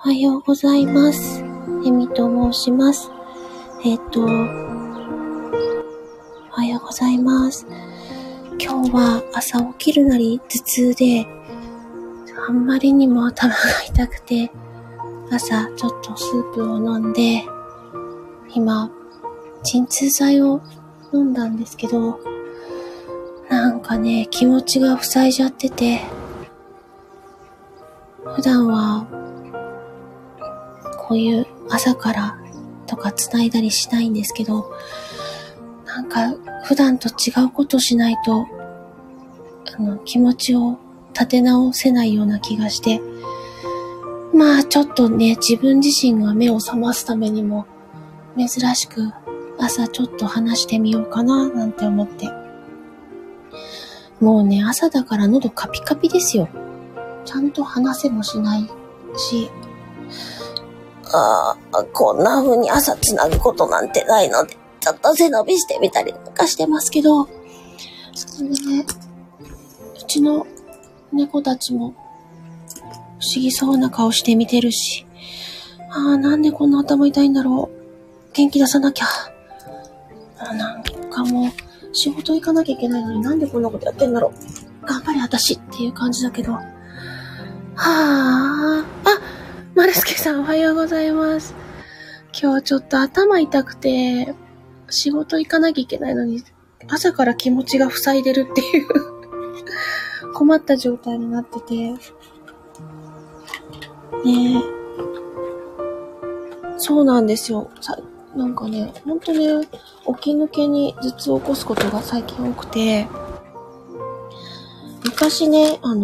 おはようございます。エミと申します。おはようございます。今日は朝起きるなり頭痛で、あんまりにも頭が痛くて、朝ちょっとスープを飲んで、今、鎮痛剤を飲んだんですけど、なんかね、気持ちが塞いじゃってて、普段は、こういう朝からとか繋いだりしないんですけど、なんか普段と違うことしないと、気持ちを立て直せないような気がして、まあちょっとね、自分自身が目を覚ますためにも、珍しく朝ちょっと話してみようかななんて思って。もうね、朝だから喉カピカピですよ。ちゃんと話せもしないし、こんな風に朝つなぐことなんてないので、ちょっと背伸びしてみたりとかしてますけど、それでね、うちの猫たちも不思議そうな顔して見てるし、なんでこんな頭痛いんだろう。元気出さなきゃ。なんかもう仕事行かなきゃいけないのになんでこんなことやってんだろう。頑張れ私っていう感じだけど。マルスケさんおはようございます。今日ちょっと頭痛くて、仕事行かなきゃいけないのに、朝から気持ちが塞いでるっていう困った状態になってて。ねえ。そうなんですよ。なんかね、ほんとね、起き抜けに頭痛を起こすことが最近多くて、昔ね、あ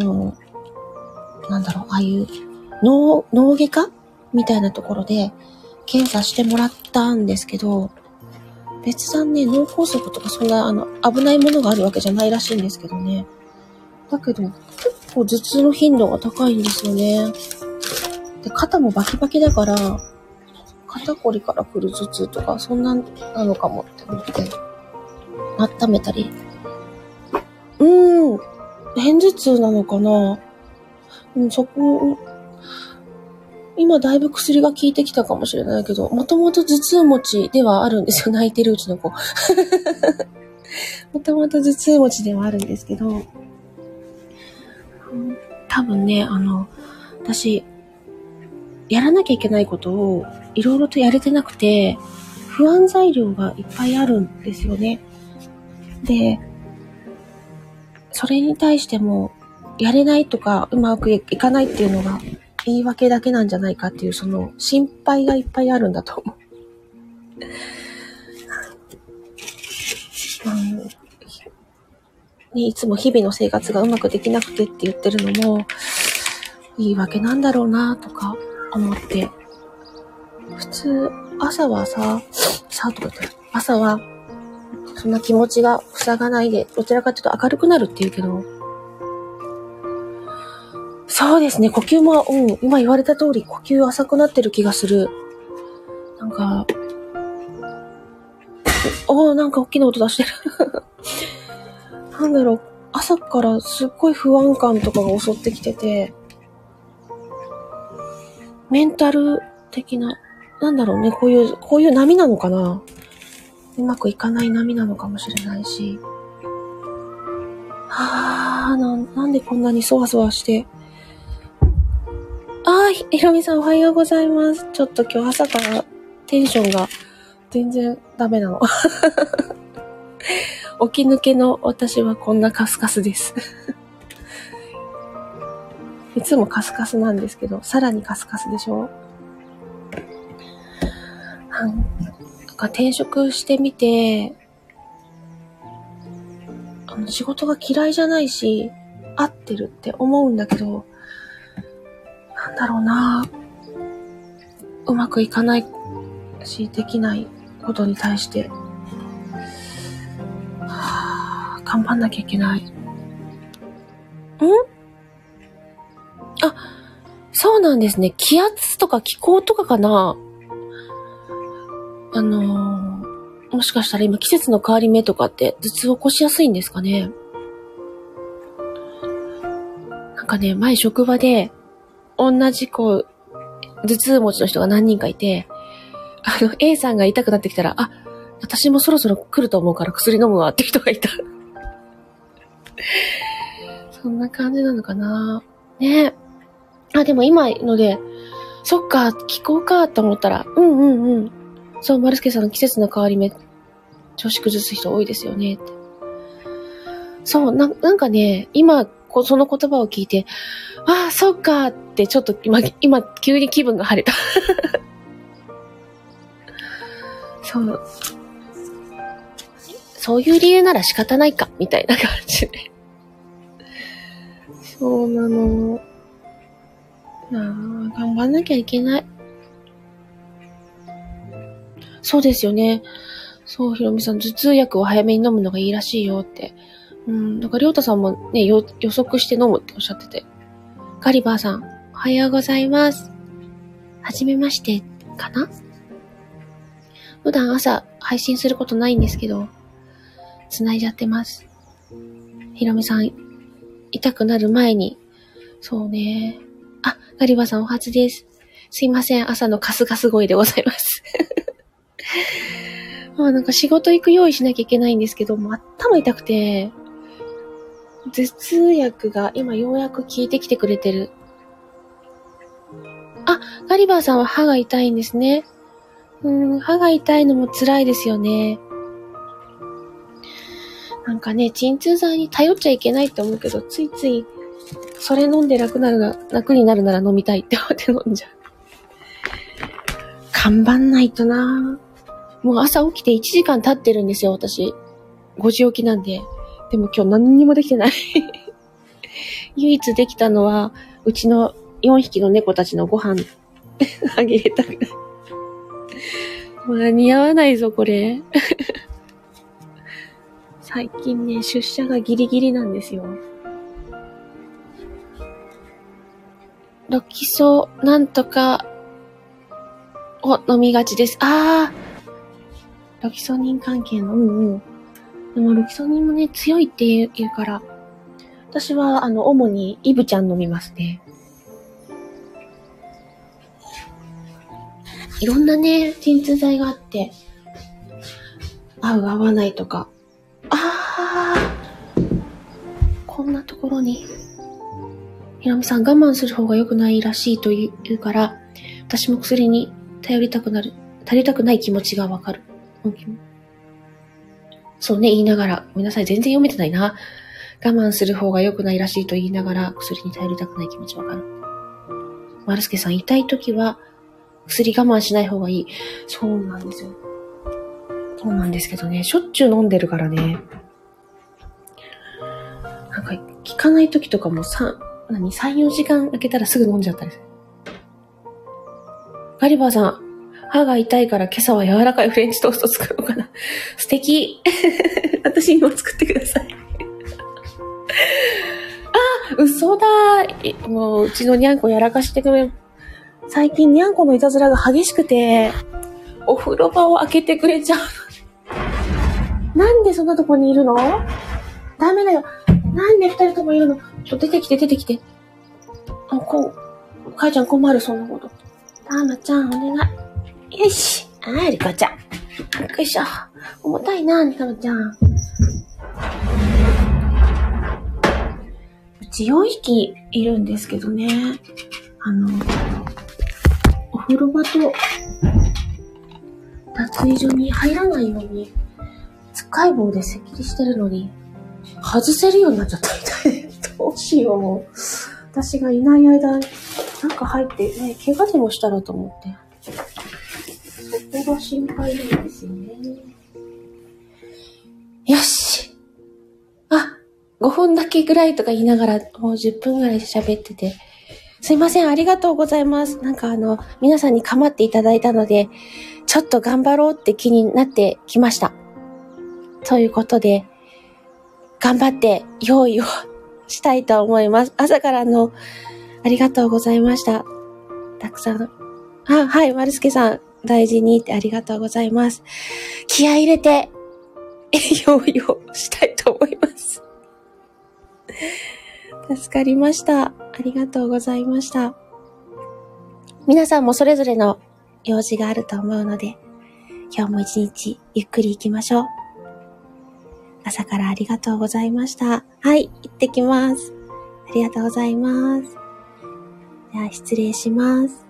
あいう脳外科みたいなところで検査してもらったんですけど、別段ね、脳梗塞とかそんな危ないものがあるわけじゃないらしいんですけどね。だけど、結構頭痛の頻度が高いんですよね。で、肩もバキバキだから、肩こりから来る頭痛とか、そんなのかもって思って、温めたり。片頭痛なのかな？今だいぶ薬が効いてきたかもしれないけど、もともと頭痛持ちではあるんですよ。泣いてるうちの子。もともと頭痛持ちではあるんですけど、多分ね、私、やらなきゃいけないことをいろいろとやれてなくて、不安材料がいっぱいあるんですよね。で、それに対しても、やれないとかうまくいかないっていうのが言い訳だけなんじゃないかっていう、その心配がいっぱいあるんだと思う。いつも日々の生活がうまくできなくてって言ってるのも言い訳なんだろうなとか思って、普通朝は朝はそんな気持ちが塞がないで、どちらかというと明るくなるっていうけど、そうですね、呼吸も、今言われた通り呼吸浅くなってる気がする。なんか大きな音出してる。なんだろう、朝からすっごい不安感とかが襲ってきてて、メンタル的な、なんだろうね、こういう波なのかな。うまくいかない波なのかもしれないし。なんでこんなにそわそわして。ひろみさんおはようございます。ちょっと今日朝からテンションが全然ダメなの。起き抜けの私はこんなカスカスです。いつもカスカスなんですけど、さらにカスカスでしょ。なんか転職してみて、仕事が嫌いじゃないし、合ってるって思うんだけど、なんだろうな、うまくいかないし、できないことに対して、頑張んなきゃいけない。そうなんですね。気圧とか気候とかかな。もしかしたら今季節の変わり目とかって頭痛を起こしやすいんですかね。なんかね、前職場で同じ頭痛持ちの人が何人かいて、A さんが痛くなってきたら、私もそろそろ来ると思うから薬飲むわって人がいた。そんな感じなのかな。ね。でも今ので、そっか、気候かと思ったら、そう、丸助さんの季節の変わり目、調子崩す人多いですよねって。そう、なんかね、今、その言葉を聞いて、そっかってちょっと今急に気分が晴れた。そう。そういう理由なら仕方ないか、みたいな感じで。そうなの。頑張んなきゃいけない。そうですよね。そう、ひろみさん、頭痛薬を早めに飲むのがいいらしいよって。だからりょうたさんもね、予測して飲むっておっしゃってて。ガリバーさん、おはようございます。はじめまして、かな？普段朝配信することないんですけど、繋いじゃってます。ひろみさん、痛くなる前に、そうね。ガリバーさんお初です。すいません、朝のカスカス声でございます。なんか仕事行く用意しなきゃいけないんですけど、もう頭痛くて、頭痛薬が今ようやく効いてきてくれてる。ガリバーさんは歯が痛いんですね。歯が痛いのも辛いですよね。なんかね、鎮痛剤に頼っちゃいけないって思うけど、ついつい、それ飲んで楽になるなら飲みたいって思って飲んじゃう。頑張んないとなぁ。もう朝起きて1時間経ってるんですよ、私。5時起きなんで。でも今日何にもできてない。唯一できたのは、うちの4匹の猫たちのご飯あげれたぐらい。間に合わないぞ、これ。最近ね、出社がギリギリなんですよ。ロキソなんとかを飲みがちです。ロキソニン関係の、でもロキソニンもね、強いって言うから、私は主にイブちゃん飲みますね。いろんなね、鎮痛剤があって、合う合わないとか。こんなところに。ひろみさん、我慢する方が良くないらしいと言うから、私も薬に頼りたくない気持ちがわかる。そうね、言いながら、ごめんなさい、全然読めてないな。我慢する方が良くないらしいと言いながら、薬に頼りたくない気持ちわかる。丸助さん、痛いときは、薬我慢しない方がいい。そうなんですよ。そうなんですけどね、しょっちゅう飲んでるからね。なんか、効かないときとかも3、4時間空けたらすぐ飲んじゃったりする。ガリバーさん、歯が痛いから今朝は柔らかいフレンチトースト作ろうかな。素敵。私にも作ってください。嘘だ。もう、うちのにゃんこやらかしてくれ。最近にゃんこのいたずらが激しくて、お風呂場を開けてくれちゃう。なんでそんなとこにいるの？ダメだよ。なんで2人ともいるの？出てきて。かいちゃん困る、そんなこと。たまちゃん、お願い。よし。リコちゃん。よいしょ。重たいな、たまちゃん。うち4匹いるんですけどね。お風呂場と脱衣所に入らないように、つっかい棒で設計してるのに、外せるようになっちゃったみたいで、どうしよう、もう。私がいない間、なんか入ってね、怪我でもしたらと思って。そこが心配なんですよね。よし。5分だけぐらいとか言いながら、もう10分ぐらい喋ってて。すいません、ありがとうございます。なんか皆さんに構っていただいたので、ちょっと頑張ろうって気になってきました。ということで、頑張って用意をしたいと思います。朝からありがとうございました。たくさん。はい、丸助さん、大事にってありがとうございます。気合い入れて、用意をしたいと思います。助かりました。ありがとうございました。 皆さんもそれぞれの用事があると思うので、今日も一日ゆっくり行きましょう。朝からありがとうございました。はい、行ってきます。ありがとうございます。では失礼します。